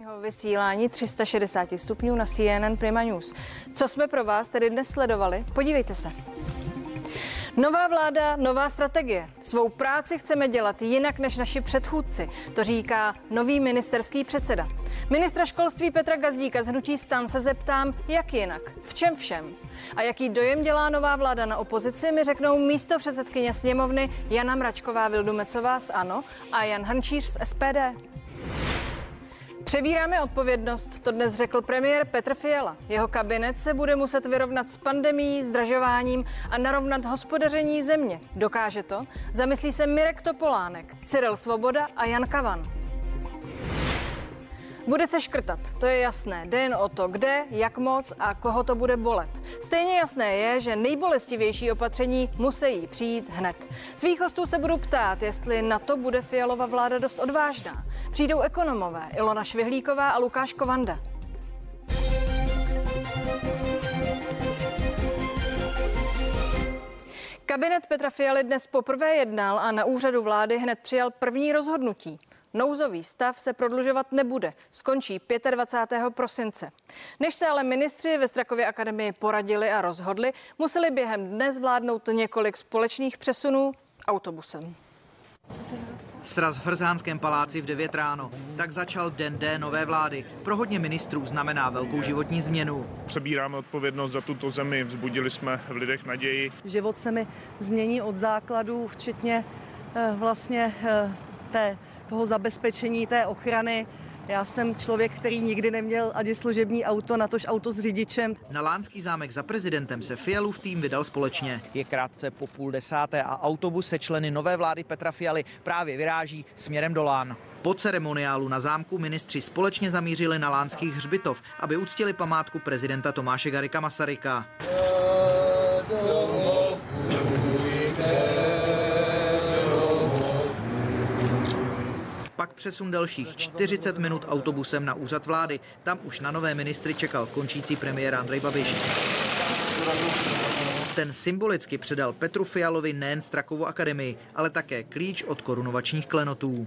Vysílání 360 stupňů na CNN Prima News. Co jsme pro vás tedy dnes sledovali? Podívejte se. Nová vláda, nová strategie. Svou práci chceme dělat jinak než naši předchůdci. To říká nový ministerský předseda. Ministra školství Petra Gazdíka z hnutí STAN se zeptám, jak jinak, v čem všem. A jaký dojem dělá nová vláda na opozici, mi řeknou místopředsedkyně sněmovny Jana Mračková Vildumetzová z ANO a Jan Hrnčíř z SPD. Přebíráme odpovědnost, to dnes řekl premiér Petr Fiala. Jeho kabinet se bude muset vyrovnat s pandemií, zdražováním a narovnat hospodaření země. Dokáže to? Zamyslí se Mirek Topolánek, Cyril Svoboda a Jan Kavan. Bude se škrtat, to je jasné. Jde jen o to, kde, jak moc a koho to bude bolet. Stejně jasné je, že nejbolestivější opatření musí přijít hned. Svých hostů se budu ptát, jestli na to bude Fialova vláda dost odvážná. Přijdou ekonomové Ilona Švihlíková a Lukáš Kovanda. Kabinet Petra Fialy dnes poprvé jednal a na úřadu vlády hned přijal první rozhodnutí. Nouzový stav se prodlužovat nebude, skončí 25. prosince. Než se ale ministři ve Strakově akademii poradili a rozhodli, museli během dne zvládnout několik společných přesunů autobusem. Sraz v Hrzánském paláci v 9 ráno. Tak začal den D nové vlády. Pro hodně ministrů znamená velkou životní změnu. Přebíráme odpovědnost za tuto zemi, vzbudili jsme v lidech naději. Život se mi změní od základů, včetně toho zabezpečení, té ochrany. Já jsem člověk, který nikdy neměl ani služební auto, natož auto s řidičem. Na Lánský zámek za prezidentem se Fialův tým vydal společně. Je krátce po 9:30 a autobus se členy nové vlády Petra Fialy právě vyráží směrem do Lán. Po ceremoniálu na zámku ministři společně zamířili na lánských hřbitov, aby uctili památku prezidenta Tomáše Garrigua Masaryka. Pak přesun dalších 40 minut autobusem na úřad vlády. Tam už na nové ministry čekal končící premiér Andrej Babiš. Ten symbolicky předal Petru Fialovi nejen Strakovu akademii, ale také klíč od korunovačních klenotů.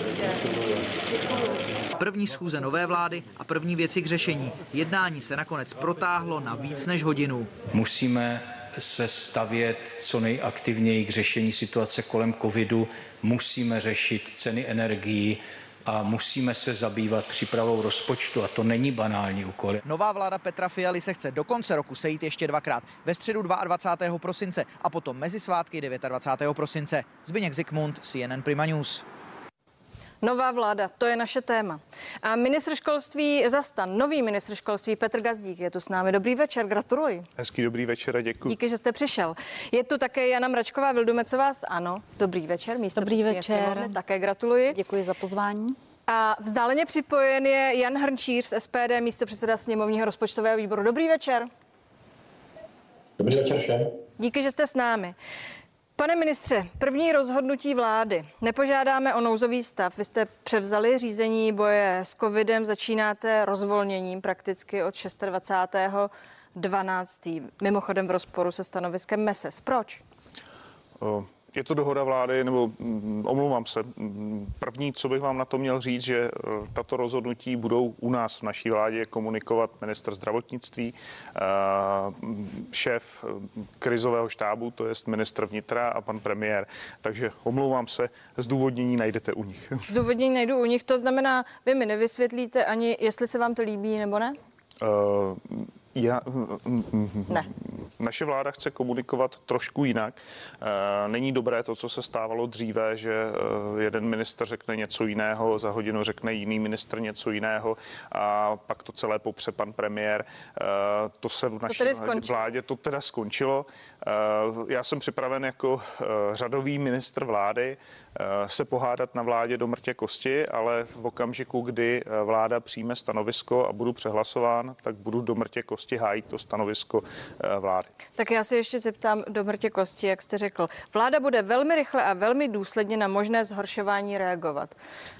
První schůze nové vlády a první věci k řešení. Jednání se nakonec protáhlo na víc než hodinu. Musíme se stavět co nejaktivněji k řešení situace kolem covidu, musíme řešit ceny energií a musíme se zabývat přípravou rozpočtu a to není banální úkol. Nová vláda Petra Fialy se chce do konce roku sejít ještě dvakrát. Ve středu 22. prosince a potom mezi svátky 29. prosince. Zbyněk Zikmund, CNN Prima News. Nová vláda, to je naše téma. A ministr školství za STAN, nový ministr školství Petr Gazdík je tu s námi. Dobrý večer, gratuluji. Hezký dobrý večer a děkuji. Díky, že jste přišel. Je tu také Jana Mračková Vildumetzová z ANO. Dobrý večer, místopředsedkyně sněmovny, také gratuluji. Děkuji za pozvání. A vzdáleně připojen je Jan Hrnčíř z SPD, místopředseda sněmovního rozpočtového výboru. Dobrý večer. Dobrý večer všem. Díky, že jste s námi. Pane ministře, první rozhodnutí vlády. Nepožádáme o nouzový stav. Vy jste převzali řízení boje s covidem, začínáte rozvolněním prakticky od 26.12. Mimochodem v rozporu se stanoviskem MESES. Proč? Je to dohoda vlády, nebo omlouvám se. První, co bych vám na to měl říct, že tato rozhodnutí budou u nás v naší vládě komunikovat ministr zdravotnictví, šéf krizového štábu, to jest ministr vnitra a pan premiér. Takže omlouvám se, zdůvodnění najdete u nich. Zdůvodnění najdu u nich, to znamená, vy mi nevysvětlíte ani, jestli se vám to líbí nebo ne? Ne. Naše vláda chce komunikovat trošku jinak. Není dobré to, co se stávalo dříve, že jeden ministr řekne něco jiného, za hodinu řekne jiný ministr něco jiného a pak to celé popře pan premiér. To se v naší vládě to teda skončilo. Já jsem připraven jako řadový ministr vlády se pohádat na vládě do mrtě kosti, ale v okamžiku, kdy vláda přijme stanovisko a budu přehlasován, tak budu do mrtě kosti hájit to stanovisko vlády. Tak já se ještě zeptám do mrtě kosti, jak jste řekl. Vláda bude velmi rychle a velmi důsledně na možné zhoršování reagovat.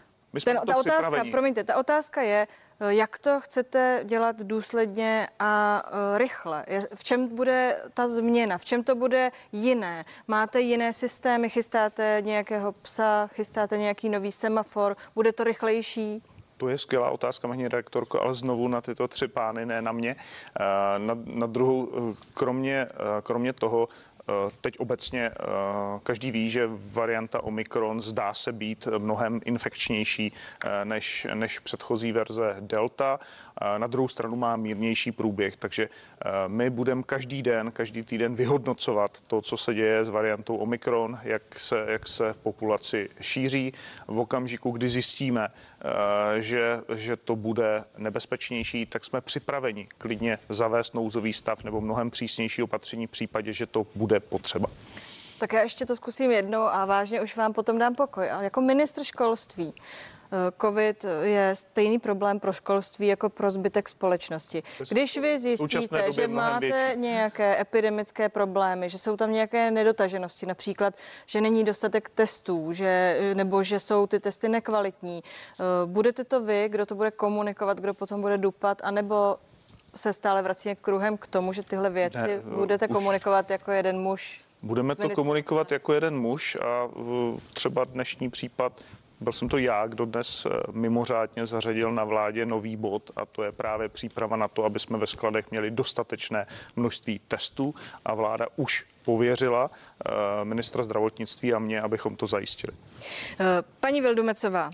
Ta otázka je, jak to chcete dělat důsledně a rychle? V čem bude ta změna? V čem to bude jiné? Máte jiné systémy? Chystáte nějakého psa? Chystáte nějaký nový semafor? Bude to rychlejší? To je skvělá otázka, paní redaktorko, ale znovu na tyto tři pány, ne na mě. Na druhou, kromě toho, teď obecně každý ví, že varianta Omikron zdá se být mnohem infekčnější než předchozí verze Delta. Na druhou stranu má mírnější průběh, takže my budeme každý týden vyhodnocovat to, co se děje s variantou Omikron, jak se v populaci šíří. V okamžiku, kdy zjistíme, že to bude nebezpečnější, tak jsme připraveni klidně zavést nouzový stav nebo mnohem přísnější opatření v případě, že to bude potřeba. Tak já ještě to zkusím jednou a vážně už vám potom dám pokoj. Ale jako ministr školství, COVID je stejný problém pro školství jako pro zbytek společnosti. Když vy zjistíte, že máte nějaké epidemické problémy, že jsou tam nějaké nedotaženosti, například, že není dostatek testů, nebo že jsou ty testy nekvalitní, budete to vy, kdo to bude komunikovat, kdo potom bude dupat, anebo se stále vracíme kruhem k tomu, že tyhle věci budete komunikovat jako jeden muž? Budeme to komunikovat jako jeden muž a třeba dnešní případ, byl jsem to já, kdo dnes mimořádně zařadil na vládě nový bod a to je právě příprava na to, aby jsme ve skladech měli dostatečné množství testů a vláda už pověřila ministra zdravotnictví a mě, abychom to zajistili. Paní Vildumetzová,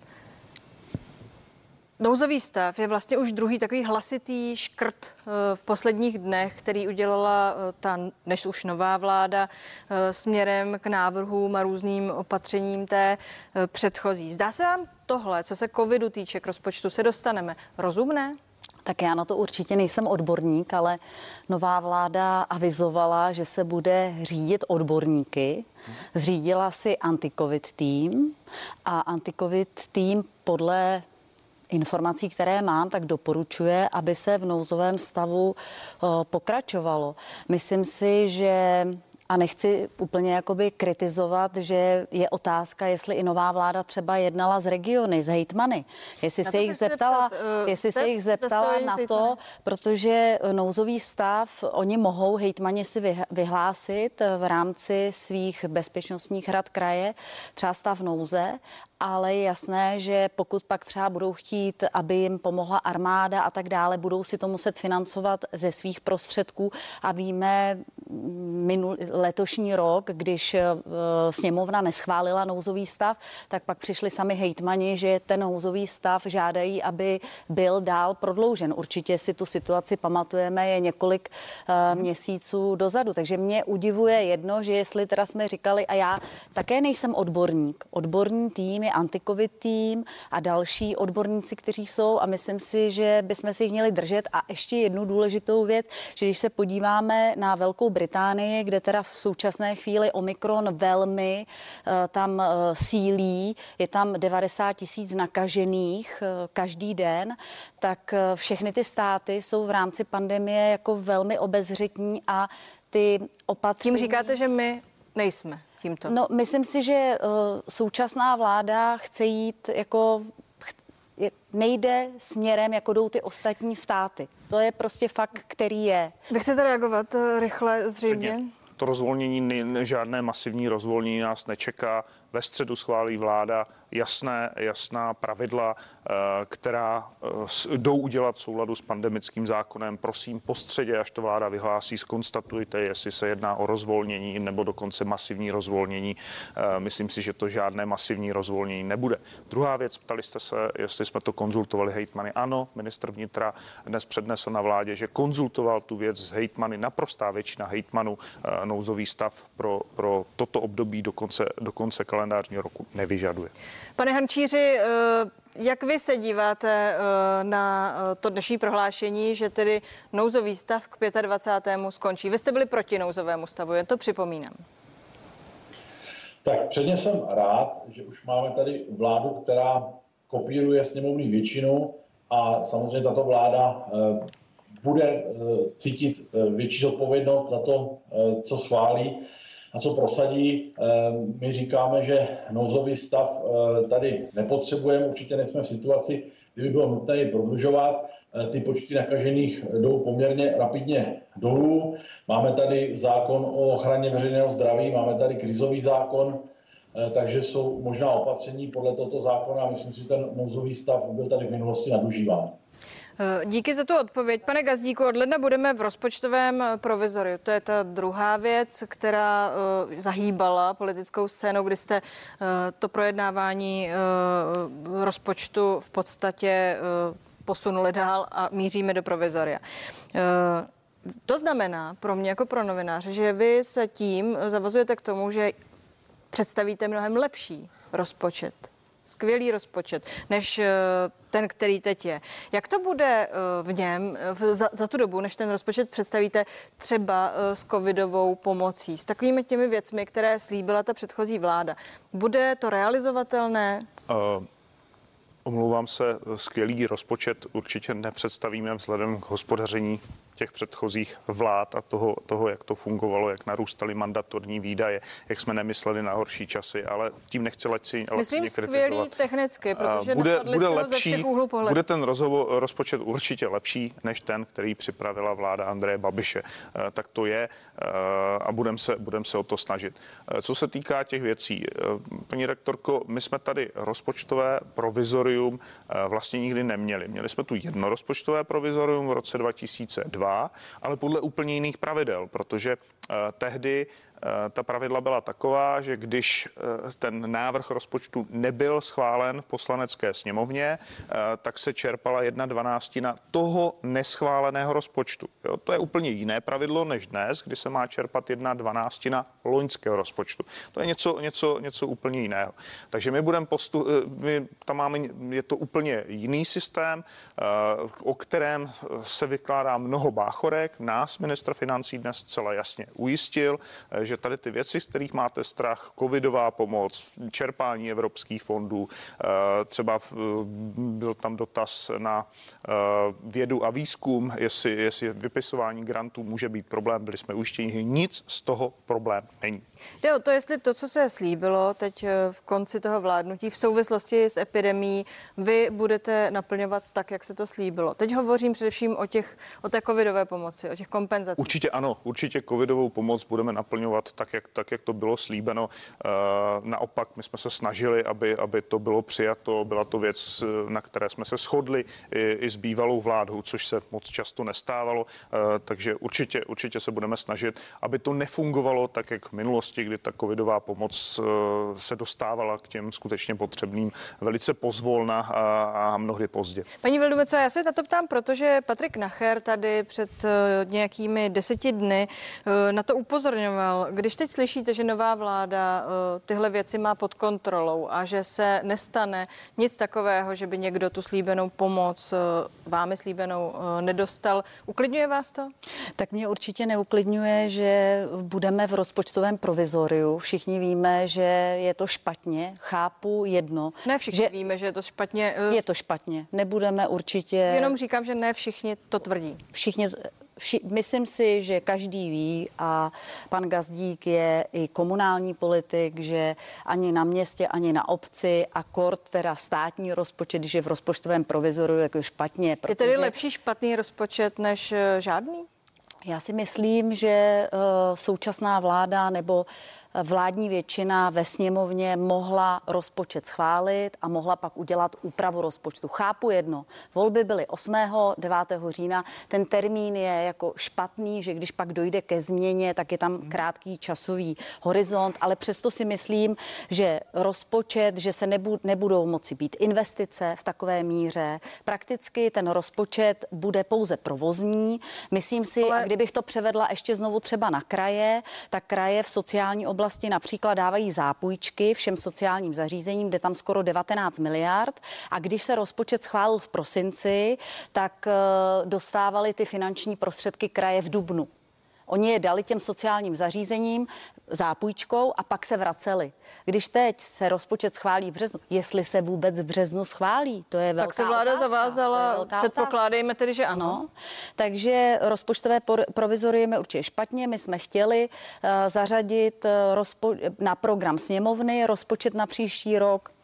nouzový stav je vlastně už druhý takový hlasitý škrt v posledních dnech, který udělala ta než už nová vláda směrem k návrhům a různým opatřením té předchozí. Zdá se vám tohle, co se covidu týče, k rozpočtu se dostaneme, rozumné? Tak já na to určitě nejsem odborník, ale nová vláda avizovala, že se bude řídit odborníky. Zřídila si anti-covid tým a anti-covid tým podle informací, které mám, tak doporučuje, aby se v nouzovém stavu pokračovalo. Myslím si, že a nechci úplně jakoby kritizovat, že je otázka, jestli i nová vláda třeba jednala s regiony, s hejtmany. Jestli se jich zeptala na to, protože nouzový stav, oni mohou hejtmani si vyhlásit v rámci svých bezpečnostních rad kraje, třeba stav nouze, ale je jasné, že pokud pak třeba budou chtít, aby jim pomohla armáda a tak dále, budou si to muset financovat ze svých prostředků a víme letošní rok, když sněmovna neschválila nouzový stav, tak pak přišli sami hejtmani, že ten nouzový stav žádají, aby byl dál prodloužen. Určitě si tu situaci pamatujeme, je několik měsíců dozadu, takže mě udivuje jedno, že jestli teda jsme říkali, a já také nejsem odborník, odborný tým je anti-covid tým a další odborníci, kteří jsou a myslím si, že bychom si jich měli držet. A ještě jednu důležitou věc, že když se podíváme na Velkou Británii, kde teda v současné chvíli Omikron velmi tam sílí, je tam 90 000 nakažených každý den, tak všechny ty státy jsou v rámci pandemie jako velmi obezřetní a ty opatření... Tím říkáte, že my nejsme tímto? No, myslím si, že současná vláda chce jít jako nejde směrem, jako jdou ty ostatní státy. To je prostě fakt, který je. Vy chcete reagovat rychle, zřejmě? To rozvolnění, žádné masivní rozvolnění nás nečeká. Ve středu schválí vláda jasná pravidla, která jdou udělat v souladu s pandemickým zákonem. Prosím, po středě, až to vláda vyhlásí, zkonstatujte, jestli se jedná o rozvolnění nebo dokonce masivní rozvolnění. Myslím si, že to žádné masivní rozvolnění nebude. Druhá věc, ptali jste se, jestli jsme to konzultovali hejtmany. Ano, ministr vnitra dnes přednesl na vládě, že konzultoval tu věc s hejtmany. Naprostá většina hejtmanů nouzový stav pro toto období do konce kalendářního roku nevyžaduje. Pane Hrnčíři, jak vy se díváte na to dnešní prohlášení, že tedy nouzový stav k 25. skončí? Vy jste byli proti nouzovému stavu, jen to připomínám. Tak předně jsem rád, že už máme tady vládu, která kopíruje sněmovní většinu a samozřejmě tato vláda bude cítit větší zodpovědnost za to, co schválí a co prosadí. My říkáme, že nouzový stav tady nepotřebujeme, určitě nejsme v situaci, kdyby bylo nutné ji prodlužovat. Ty počty nakažených jdou poměrně rapidně dolů. Máme tady zákon o ochraně veřejného zdraví, máme tady krizový zákon, takže jsou možná opatření podle tohoto zákona a myslím si, že ten nouzový stav byl tady v minulosti nadužíván. Díky za tu odpověď. Pane Gazdíku, od ledna budeme v rozpočtovém provizoriu. To je ta druhá věc, která zahýbala politickou scénou, kdy jste to projednávání rozpočtu v podstatě posunuli dál a míříme do provizoria. To znamená pro mě jako pro novináře, že vy se tím zavazujete k tomu, že představíte mnohem lepší rozpočet. Skvělý rozpočet, než ten, který teď je. Jak to bude v něm za tu dobu, než ten rozpočet představíte třeba s covidovou pomocí, s takovými těmi věcmi, které slíbila ta předchozí vláda? Bude to realizovatelné? Omlouvám se, skvělý rozpočet určitě nepředstavíme vzhledem k hospodaření těch předchozích vlád a toho, jak to fungovalo, jak narůstaly mandatorní výdaje, jak jsme nemysleli na horší časy, ale tím nechci lacině myslím skvělý technicky, protože bude lepší, ze všech úhlů pohledu. Bude ten rozpočet určitě lepší než ten, který připravila vláda Andreje Babiše. Tak to je a budem se o to snažit. Co se týká těch věcí, paní rektorko, my jsme tady rozpočtové provizorium vlastně nikdy neměli. Měli jsme tu jedno rozpočtové provizorium v roce 2002, ale podle úplně jiných pravidel, protože tehdy ta pravidla byla taková, že když ten návrh rozpočtu nebyl schválen v poslanecké sněmovně, tak se čerpala 1/12 toho neschváleného rozpočtu. Jo, to je úplně jiné pravidlo než dnes, kdy se má čerpat 1/12 loňského rozpočtu. To je něco úplně jiného. Takže my tam máme, je to úplně jiný systém, o kterém se vykládá mnoho báchorek. Nás ministr financí dnes zcela jasně ujistil, že tady ty věci, z kterých máte strach, covidová pomoc, čerpání evropských fondů, třeba byl tam dotaz na vědu a výzkum, jestli vypisování grantů může být problém, byli jsme ujištěni, že nic z toho problém není. Jde o to, jestli to, co se slíbilo teď v konci toho vládnutí v souvislosti s epidemií, vy budete naplňovat tak, jak se to slíbilo. Teď hovořím především o té covidové pomoci, o těch kompenzacích. Určitě ano, určitě covidovou pomoc budeme naplňovat tak, jak to bylo slíbeno. Naopak, my jsme se snažili, aby to bylo přijato. Byla to věc, na které jsme se shodli i s bývalou vládou, což se moc často nestávalo. Takže určitě se budeme snažit, aby to nefungovalo tak, jak v minulosti, kdy ta covidová pomoc se dostávala k těm skutečně potřebným velice pozvolna a mnohdy pozdě. Paní Vildumetzová, já se na to ptám, protože Patrik Nacher tady před nějakými 10 dny na to upozorňoval. Když teď slyšíte, že nová vláda tyhle věci má pod kontrolou a že se nestane nic takového, že by někdo tu slíbenou pomoc, vámi slíbenou, nedostal, uklidňuje vás to? Tak mě určitě neuklidňuje, že budeme v rozpočtovém provizoriu. Všichni víme, že je to špatně. Chápu jedno. Ne všichni víme, že je to špatně. Je to špatně. Nebudeme určitě... Jenom říkám, že ne všichni to tvrdí. Myslím si, že každý ví a pan Gazdík je i komunální politik, že ani na městě, ani na obci a kort teda státní rozpočet, když je v rozpočtovém provizoriu, jako špatně. Je tedy lepší špatný rozpočet než žádný? Já si myslím, že současná vláda nebo vládní většina ve sněmovně mohla rozpočet schválit a mohla pak udělat úpravu rozpočtu. Chápu jedno. Volby byly 8. 9. října. Ten termín je jako špatný, že když pak dojde ke změně, tak je tam krátký časový horizont, ale přesto si myslím, že rozpočet, že se nebudou moci být investice v takové míře. Prakticky ten rozpočet bude pouze provozní. Myslím si, a kdybych to převedla ještě znovu třeba na kraje, tak kraje v sociální oblasti například dávají zápůjčky všem sociálním zařízením, jde tam skoro 19 miliard a když se rozpočet schválil v prosinci, tak dostávali ty finanční prostředky kraje v dubnu. Oni je dali těm sociálním zařízením zápůjčkou a pak se vraceli. Když teď se rozpočet schválí v březnu, jestli se vůbec v březnu schválí, to je velká tak se vláda otázka. zavázala, předpokládejme tedy, že ano. Takže rozpočtové provizorium je určitě špatně. My jsme chtěli zařadit na program sněmovny rozpočet na příští rok.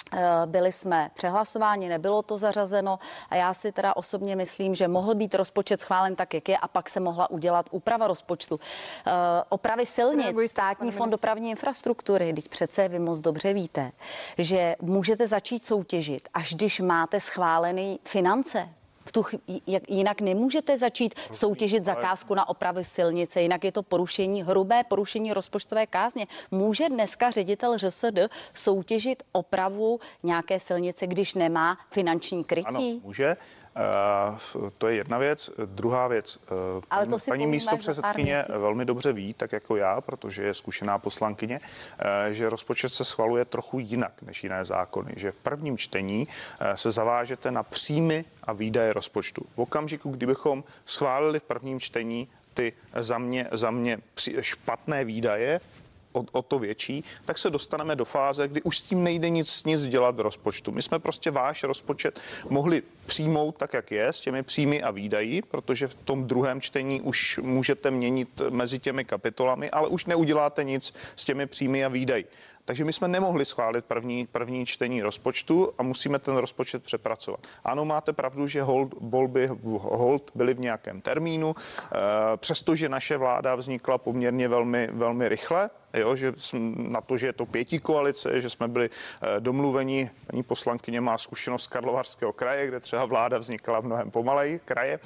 Byli jsme přehlasováni, nebylo to zařazeno a já si teda osobně myslím, že mohl být rozpočet schválen tak, jak je a pak se mohla udělat úprava rozpočtu. Opravy silnic, Státní fond dopravní infrastruktury, teď přece vy moc dobře víte, že můžete začít soutěžit, až když máte schválené finance. Jinak nemůžete začít soutěžit zakázku na opravy silnice, jinak je to hrubé porušení rozpočtové kázně. Může dneska ředitel ŘSD soutěžit opravu nějaké silnice, když nemá finanční krytí? Ano, může. To je jedna věc. Druhá věc. Ale to si paní místopředsedkyně velmi dobře ví, tak jako já, protože je zkušená poslankyně, že rozpočet se schvaluje trochu jinak než jiné zákony. Že v prvním čtení se zavážete na příjmy a výdaje rozpočtu. V okamžiku, kdybychom schválili v prvním čtení ty za mě špatné výdaje, o to větší, tak se dostaneme do fáze, kdy už s tím nejde nic dělat v rozpočtu. My jsme prostě váš rozpočet mohli přijmout tak, jak je, s těmi příjmy a výdaji, protože v tom druhém čtení už můžete měnit mezi těmi kapitolami, ale už neuděláte nic s těmi příjmy a výdaji. Takže my jsme nemohli schválit první čtení rozpočtu a musíme ten rozpočet přepracovat. Ano, máte pravdu, že volby byly v nějakém termínu, přestože naše vláda vznikla poměrně velmi rychle, jo, že na to, že je to pětikoalice, že jsme byli domluveni, paní poslankyně má zkušenost z Karlovarského kraje, kde třeba vláda vznikala mnohem pomaleji kraje,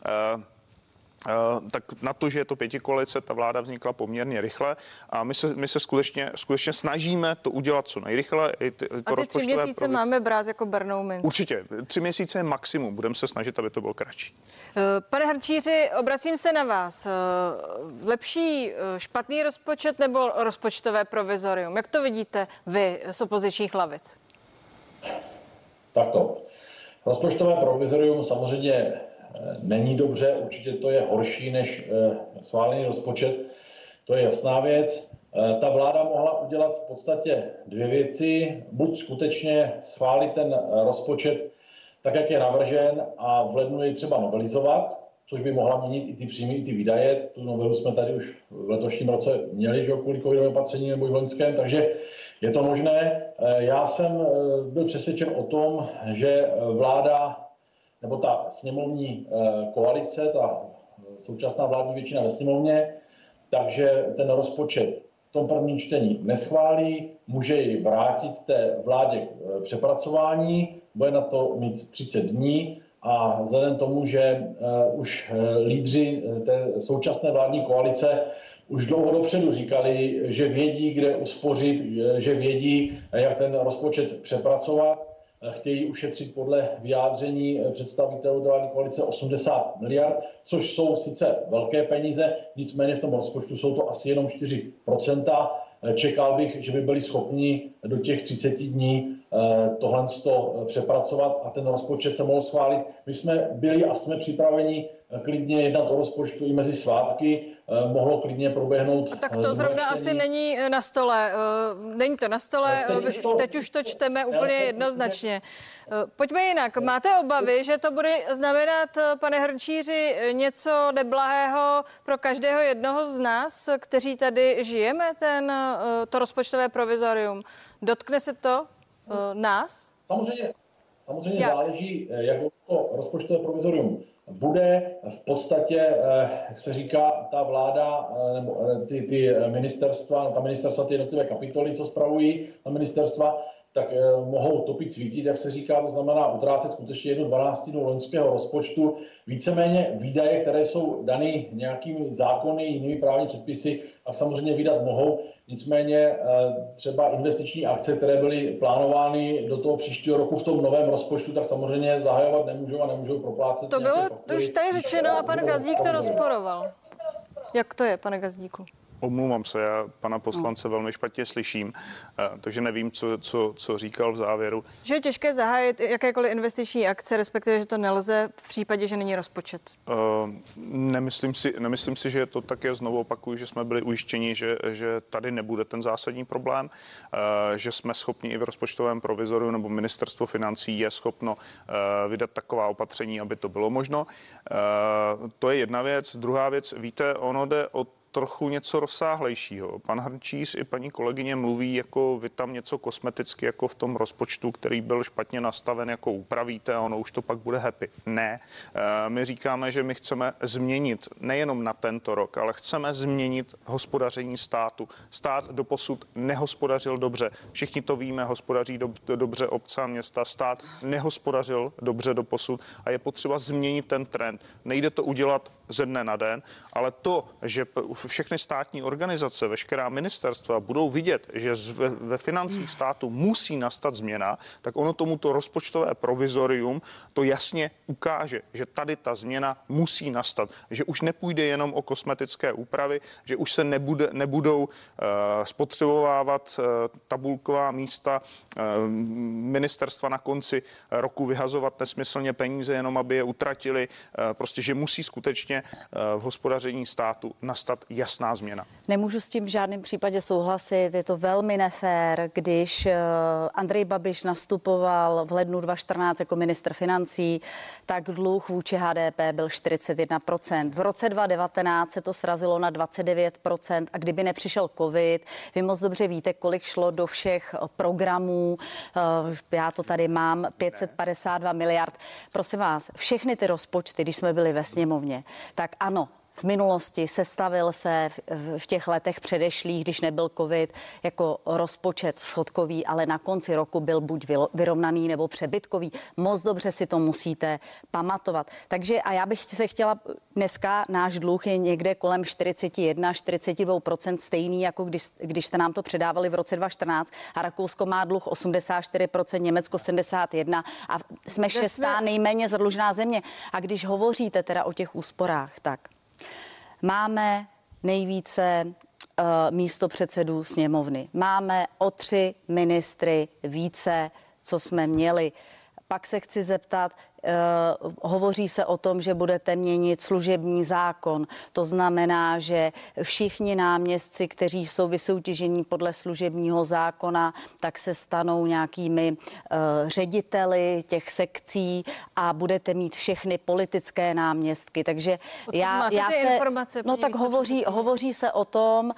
tak na to, že je to pětikoalice, ta vláda vznikla poměrně rychle a my se skutečně snažíme to udělat co nejrychle. A ty 3 měsíce máme brát jako bernou minci? Určitě. 3 měsíce je maximum. Budeme se snažit, aby to bylo kratší. Pane Hrnčíři, obracím se na vás. Lepší špatný rozpočet nebo rozpočtové provizorium? Jak to vidíte vy z opozičních lavic? Takto. Rozpočtové provizorium samozřejmě není dobře, určitě to je horší než schválený rozpočet, to je jasná věc. Ta vláda mohla udělat v podstatě 2 věci, buď skutečně schválit ten rozpočet tak, jak je navržen a v lednu jej třeba novelizovat, což by mohla měnit i ty příjmy, i ty výdaje. Tu novelu jsme tady už v letošním roce měli, že kvůli covidovým opatřením nebo i v loňském, takže je to možné. Já jsem byl přesvědčen o tom, že vláda nebo ta sněmovní koalice, ta současná vládní většina ve sněmovně, takže ten rozpočet v tom prvním čtení neschválí, může ji vrátit té vládě k přepracování, bude na to mít 30 dní a vzhledem tomu, že už lídři té současné vládní koalice už dlouho dopředu říkali, že vědí, kde uspořit, že vědí, jak ten rozpočet přepracovat, chtějí ušetřit podle vyjádření představitelů vládní koalice 80 miliard, což jsou sice velké peníze, nicméně v tom rozpočtu jsou to asi jenom 4%. Čekal bych, že by byli schopni do těch 30 dní tohle přepracovat a ten rozpočet se mohl schválit. My jsme byli a jsme připraveni klidně jednat o rozpočtu i mezi svátky, mohlo klidně proběhnout. Tak to zrovna asi není na stole. Není to na stole, teď už to čteme úplně jednoznačně. Pojďme jinak. Máte obavy, že to bude znamenat, pane Hrnčíři, něco neblahého pro každého jednoho z nás, kteří tady žijeme, to rozpočtové provizorium? Dotkne se to nás? Samozřejmě záleží, jak to rozpočtové provizorium bude. V podstatě, jak se říká, ta vláda nebo ty ministerstva, ty jednotlivé kapitoly, co spravují na ministerstva, tak mohou topit svítit, jak se říká, to znamená utrácet skutečně 1/12 loňského rozpočtu. Víceméně výdaje, které jsou daný nějakými zákony, jinými právní předpisy, a samozřejmě vydat mohou. Nicméně třeba investiční akce, které byly plánovány do toho příštího roku v tom novém rozpočtu, tak samozřejmě zahajovat nemůžou a nemůžou proplácet. To bylo už tady řečeno a pan Gazdík to rozporoval. Jak to je, pane Gazdíku? Omlouvám se, já pana poslance velmi špatně slyším, takže nevím, co říkal v závěru. Že je těžké zahájit jakékoliv investiční akce, respektive, že to nelze v případě, že není rozpočet. Nemyslím si, že je to tak. Znovu opakuju, že jsme byli ujištěni, že tady nebude ten zásadní problém, že jsme schopni i v rozpočtovém provizoriu nebo ministerstvo financí je schopno vydat taková opatření, aby to bylo možno. To je jedna věc. Druhá věc, víte, ono jde o trochu něco rozsáhlejšího. Pan Hrnčíř i paní kolegyně mluví, jako vy tam něco kosmeticky, jako v tom rozpočtu, který byl špatně nastaven, jako upravíte a ono už to pak bude happy. Ne, my říkáme, že my chceme změnit nejenom na tento rok, ale chceme změnit hospodaření státu. Stát doposud nehospodařil dobře. Všichni to víme, hospodaří dobře obce a města. Stát nehospodařil dobře doposud a je potřeba změnit ten trend. Nejde to udělat ze dne na den, ale to, že všechny státní organizace, veškerá ministerstva budou vidět, že ve financích státu musí nastat změna, tak ono tomuto rozpočtové provizorium to jasně ukáže, že tady ta změna musí nastat, že už nepůjde jenom o kosmetické úpravy, že už se nebudou spotřebovávat tabulková místa ministerstva na konci roku vyhazovat nesmyslně peníze, jenom aby je utratili, prostě, že musí skutečně v hospodaření státu nastat jasná změna. Nemůžu s tím v žádném případě souhlasit. Je to velmi nefér, když Andrej Babiš nastupoval v lednu 2014 jako ministr financí, tak dluh vůči HDP byl 41%. V roce 2019 se to srazilo na 29% a kdyby nepřišel covid, vy moc dobře víte, kolik šlo do všech programů. Já to tady mám, 552 miliard. Prosím vás, všechny ty rozpočty, když jsme byli ve sněmovně, tak ano, v minulosti sestavil se v těch letech předešlých, když nebyl covid, jako rozpočet schodkový, ale na konci roku byl buď vyrovnaný nebo přebytkový. Moc dobře si to musíte pamatovat. Takže a já bych se chtěla, dneska náš dluh je někde kolem 41-42%, stejný, jako když jste nám to předávali v roce 2014 a Rakousko má dluh 84%, Německo 71% a jsme šestá nejméně zadlužená země. A když hovoříte teda o těch úsporách, tak máme nejvíce místopředsedů sněmovny. Máme o 3 ministry více, co jsme měli. Pak se chci zeptat, hovoří se o tom, že budete měnit služební zákon. To znamená, že všichni náměstci, kteří jsou vysoutěžení podle služebního zákona, tak se stanou nějakými řediteli těch sekcí a budete mít všechny politické náměstky. Takže já se... informace, no tak hovoří se o tom,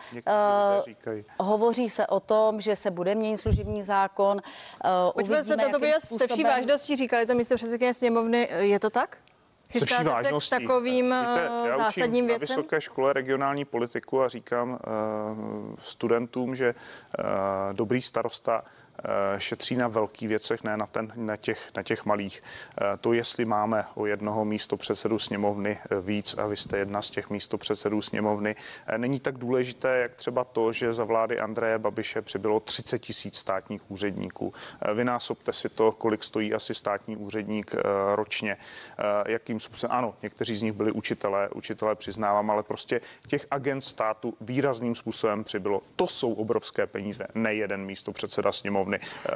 hovoří se o tom, že se bude měnit služební zákon. Pojďme se toto se vší vážností říkali to místopředsedkyně sněmovny. Je to tak? Chystáte se k takovým zásadním věcem? Na vysoké škole regionální politiku a říkám studentům, že dobrý starosta šetří na velkých věcech, ne na těch malých. To, jestli máme o jednoho místopředsedu sněmovny víc a vy jste jedna z těch místopředsedů sněmovny, není tak důležité, jak třeba to, že za vlády Andreje Babiše přibylo 30 000 státních úředníků. Vynásobte si to, kolik stojí asi státní úředník ročně. Jakým způsobem? Ano, někteří z nich byli učitelé přiznávám, ale prostě těch agent státu výrazným způsobem přibylo. To jsou obrovské peníze, ne jeden místopředseda sněmovny.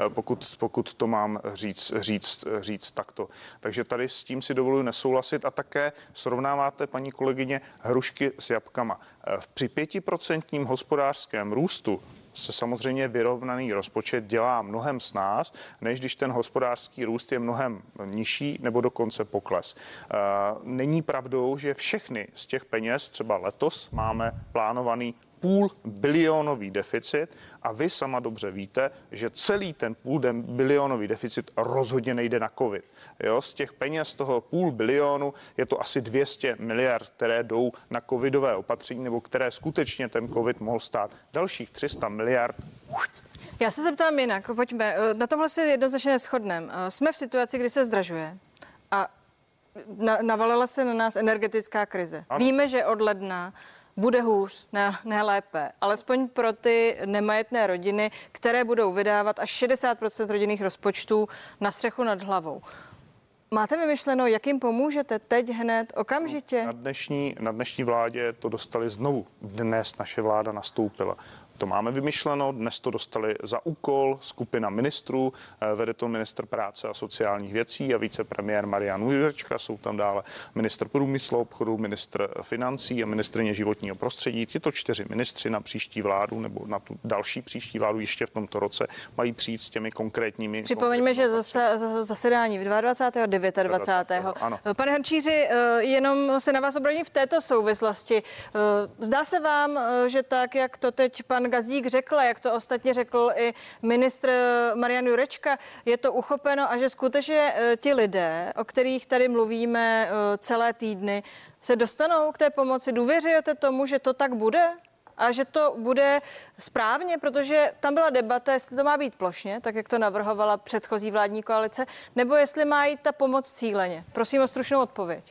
Pokud to mám říct takto. Takže tady s tím si dovoluji nesouhlasit a také srovnáváte, paní kolegyně, hrušky s jabkama. Při 5% hospodářském růstu se samozřejmě vyrovnaný rozpočet dělá mnohem snáz, než když ten hospodářský růst je mnohem nižší nebo dokonce pokles. Není pravdou, že všechny z těch peněz, třeba letos máme plánovaný půlbilionový deficit a vy sama dobře víte, že celý ten půlbilionový deficit rozhodně nejde na covid. Jo, z těch peněz toho půl bilionu je to asi 200 miliard, které jdou na covidové opatření nebo které skutečně ten covid mohl stát. Dalších 300 miliard. Já se zeptám jinak, pojďme. Na tomhle si jednoznačně neshodneme. Jsme v situaci, kdy se zdražuje a navalila se na nás energetická krize. Ano. Víme, že od ledna bude hůř, ne lépe, alespoň pro ty nemajetné rodiny, které budou vydávat až 60% rodinných rozpočtů na střechu nad hlavou. Máte vymyšleno, jak jim pomůžete teď hned, okamžitě? Na dnešní vládě to dostali znovu. Dnes naše vláda nastoupila. To máme vymyšleno, dnes to dostali za úkol skupina ministrů, vede to ministr práce a sociálních věcí a vicepremiér Marian Jurečka, jsou tam dále ministr průmyslu, obchodu, ministr financí a ministryně životního prostředí. Tyto 4 ministři na příští vládu nebo na tu další příští vládu ještě v tomto roce mají přijít s těmi konkrétními. Připomeňme, že zasedání v 22. a 29. Ano. Pane Hrnčíři, jenom se na vás obrátím v této souvislosti. Zdá se vám, že tak, jak to teď pan Gazdík řekl, jak to ostatně řekl i ministr Marian Jurečka, je to uchopeno a že skutečně ti lidé, o kterých tady mluvíme celé týdny, se dostanou k té pomoci? Důvěřujete tomu, že to tak bude? A že to bude správně, protože tam byla debata, jestli to má být plošně, tak jak to navrhovala předchozí vládní koalice, nebo jestli má jít ta pomoc cíleně. Prosím o stručnou odpověď.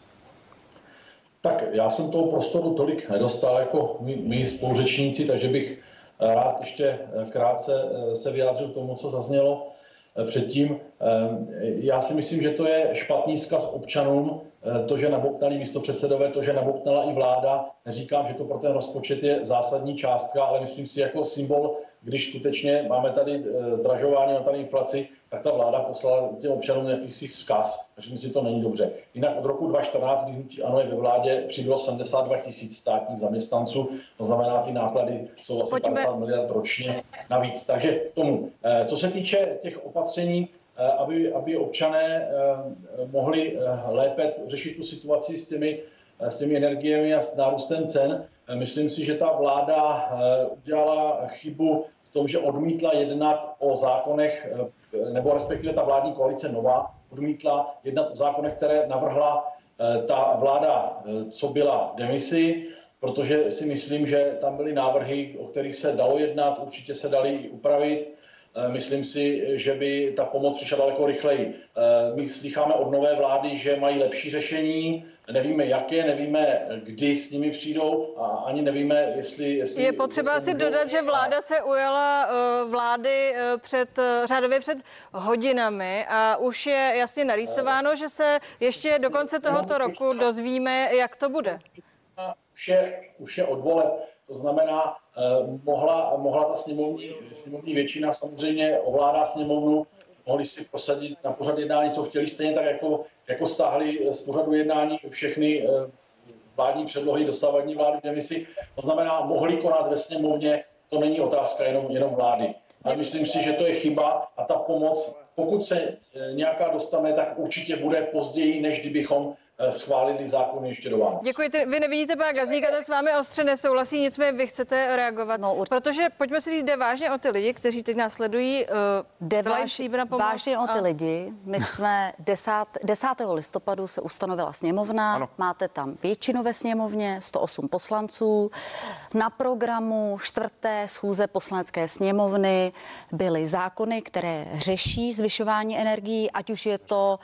Tak já jsem toho prostoru tolik nedostal jako my spoluřečníci, takže bych rád ještě krátce se vyjádřil k tomu, co zaznělo předtím. Já si myslím, že to je špatný vzkaz občanům, to, že nabobtnali místopředsedové, to, že nabobtnala i vláda. Neříkám, že to pro ten rozpočet je zásadní částka, ale myslím si jako symbol, když skutečně máme tady zdražování, máme tady inflaci, tak ta vláda poslala těm občanům jakýsi vzkaz. Takže myslím, že to není dobře. Jinak od roku 2014, když hnutí ANO je ve vládě, přibylo 72 000 státních zaměstnanců, to znamená, ty náklady jsou asi 50 miliard ročně navíc. Takže k tomu. Co se týče těch opatření, aby občané mohli lépe řešit tu situaci s těmi energiemi a s nárůstem cen. Myslím si, že ta vláda udělala chybu v tom, že odmítla jednat o zákonech, nebo respektive ta vládní koalice nová odmítla jednat o zákonech, které navrhla ta vláda, co byla v demisi, protože si myslím, že tam byly návrhy, o kterých se dalo jednat, určitě se daly i upravit. Myslím si, že by ta pomoc přišla daleko rychleji. My slycháme od nové vlády, že mají lepší řešení, nevíme jaké, nevíme, kdy s nimi přijdou a ani nevíme, jestli je potřeba si dodat, že vláda se ujala vlády řádově před hodinami a už je jasně narýsováno, že se ještě do konce tohoto roku dozvíme, jak to bude. Už je od voleb, to znamená, mohla ta sněmovní většina samozřejmě ovládá sněmovnu, mohli si prosadit na pořad jednání, co chtěli, stejně tak jako stáhli z pořadu jednání všechny vládní předlohy dosavadní vlády v demisi. To znamená, mohli konat ve sněmovně, to není otázka jenom vlády. Ale myslím si, že to je chyba a ta pomoc, pokud se nějaká dostane, tak určitě bude později, než kdybychom schválili zákony ještě do Vánoc. Děkuji. Vy nevidíte pana Gazdíka, ten s vámi ostře nesouhlasí, nicméně vy chcete reagovat. Protože pojďme si říct, jde vážně o ty lidi, kteří teď následují. Vážně o ty lidi. My jsme 10. listopadu se ustanovila sněmovna, ano. Máte tam většinu ve sněmovně, 108 poslanců. Na programu 4. schůze poslanecké sněmovny byly zákony, které řeší zvyšování energií, ať už je to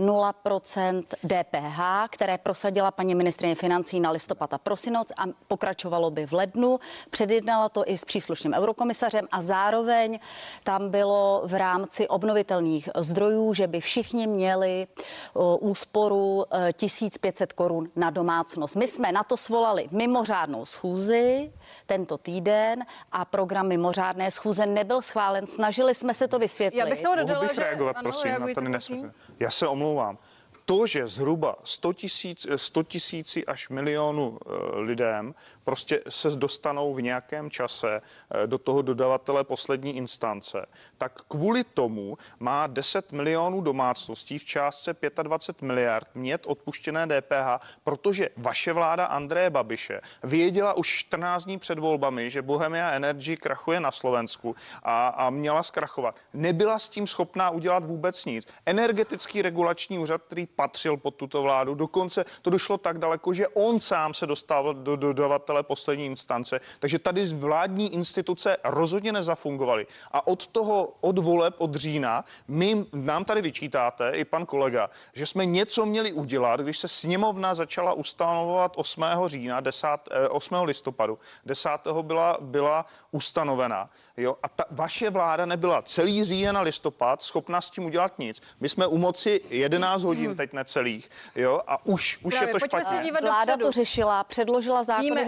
0% DPH, které prosadila paní ministryně financí na listopad a prosinec a pokračovalo by v lednu. Předjednala to i s příslušným eurokomisařem a zároveň tam bylo v rámci obnovitelných zdrojů, že by všichni měli úsporu 1500 korun na domácnost. My jsme na to svolali mimořádnou schůzi tento týden a program mimořádné schůze nebyl schválen. Snažili jsme se to vysvětlit. Já bych to dodala, Mohl bych reagovat, že prosím, ano, na ten nesmysl. Já se omlouvám. To, že zhruba 100 tisíci až milionu lidem prostě se dostanou v nějakém čase do toho dodavatele poslední instance, tak kvůli tomu má 10 milionů domácností v částce 25 miliard mít odpuštěné DPH, protože vaše vláda Andreje Babiše věděla už 14 dní před volbami, že Bohemia Energy krachuje na Slovensku a měla zkrachovat. Nebyla s tím schopná udělat vůbec nic. Energetický regulační úřad, který patřil pod tuto vládu, dokonce to došlo tak daleko, že on sám se dostal do dodavatele poslední instance, takže tady vládní instituce rozhodně nezafungovaly. A od voleb od října nám tady vyčítáte, i pan kolega, že jsme něco měli udělat, když se sněmovna začala ustanovovat 8. října, 8. listopadu, 10. byla ustanovena. Jo? A vaše vláda nebyla celý říjen a listopad schopna s tím udělat nic. My jsme u moci 11 hodin teď necelých, jo, a už je to špatně. Vláda to řešila, předložila zákony v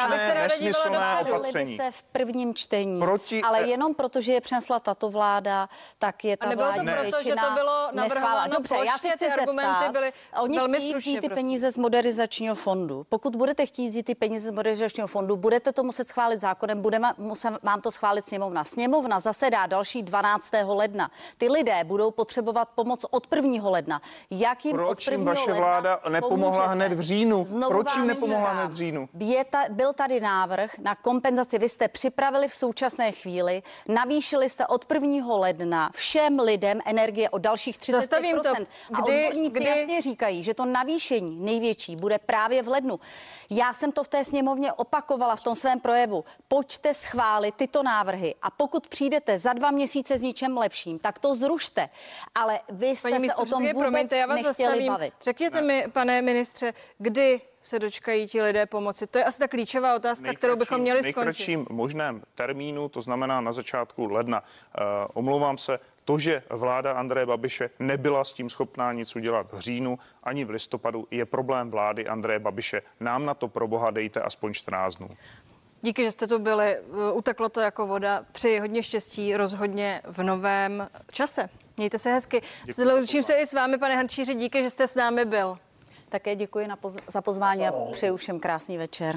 90. opatření. Se v prvním čtení, ale jenom proto, že je přinesla tato vláda, tak je ta vládní většina neschválila. Dobře, já se chci zeptat, oni chtějí vzít ty peníze z modernizačního fondu. Pokud budete chtít vzít ty peníze z modernizačního fondu, budete to muset schválit zákonem, bude vám to schválit sněmovna. Sněmovna zasedá další 12. ledna. Ty lidé budou potřebovat pomoc od 1. ledna. Jak jim Proč od 1. vaše ledna vláda nepomohla pomůžete? hned v říjnu? Znovu Proč jim vám nepomohla říkám, hned v říjnu? Byl tady návrh na kompenzaci. Vy jste připravili v současné chvíli, navýšili jste od 1. ledna všem lidem energie o dalších 35%. A odborníci jasně říkají, že to navýšení největší bude právě v lednu. Já jsem to v té sněmovně opakovala v tom svém projevu. Pojďte schválit tyto návrhy a pokud přijdete za 2 měsíce s ničem lepším, tak to zrušte. Ale vy jste se o tom vůbec nechtěli bavit. Řekněte mi, pane ministře, kdy se dočkají ti lidé pomoci? To je asi ta klíčová otázka, kterou bychom měli skončit. V nejkratším možném termínu, to znamená na začátku ledna. Omlouvám se, to, že vláda Andreje Babiše nebyla s tím schopná nic udělat v říjnu ani v listopadu, je problém vlády Andreje Babiše. Nám na to pro boha dejte aspoň 14 dnů. Díky, že jste tu byli. Uteklo to jako voda. Přeji hodně štěstí rozhodně v novém čase. Mějte se hezky. Zloučím se i s vámi, pane Hrnčíři, díky, že jste s námi byl. Také děkuji za pozvání a přeju všem krásný večer.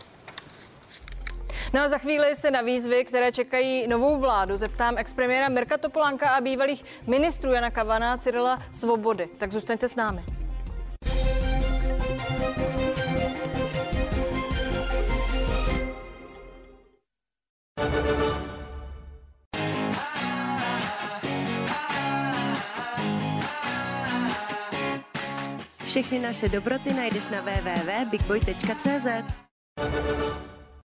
No a za chvíli se na výzvy, které čekají novou vládu, zeptám expremiéra Mirka Topolánka a bývalých ministrů Jana Kavana a Cyrila Svobody. Tak zůstaňte s námi. Všechny naše dobroty najdeš na www.bigboy.cz.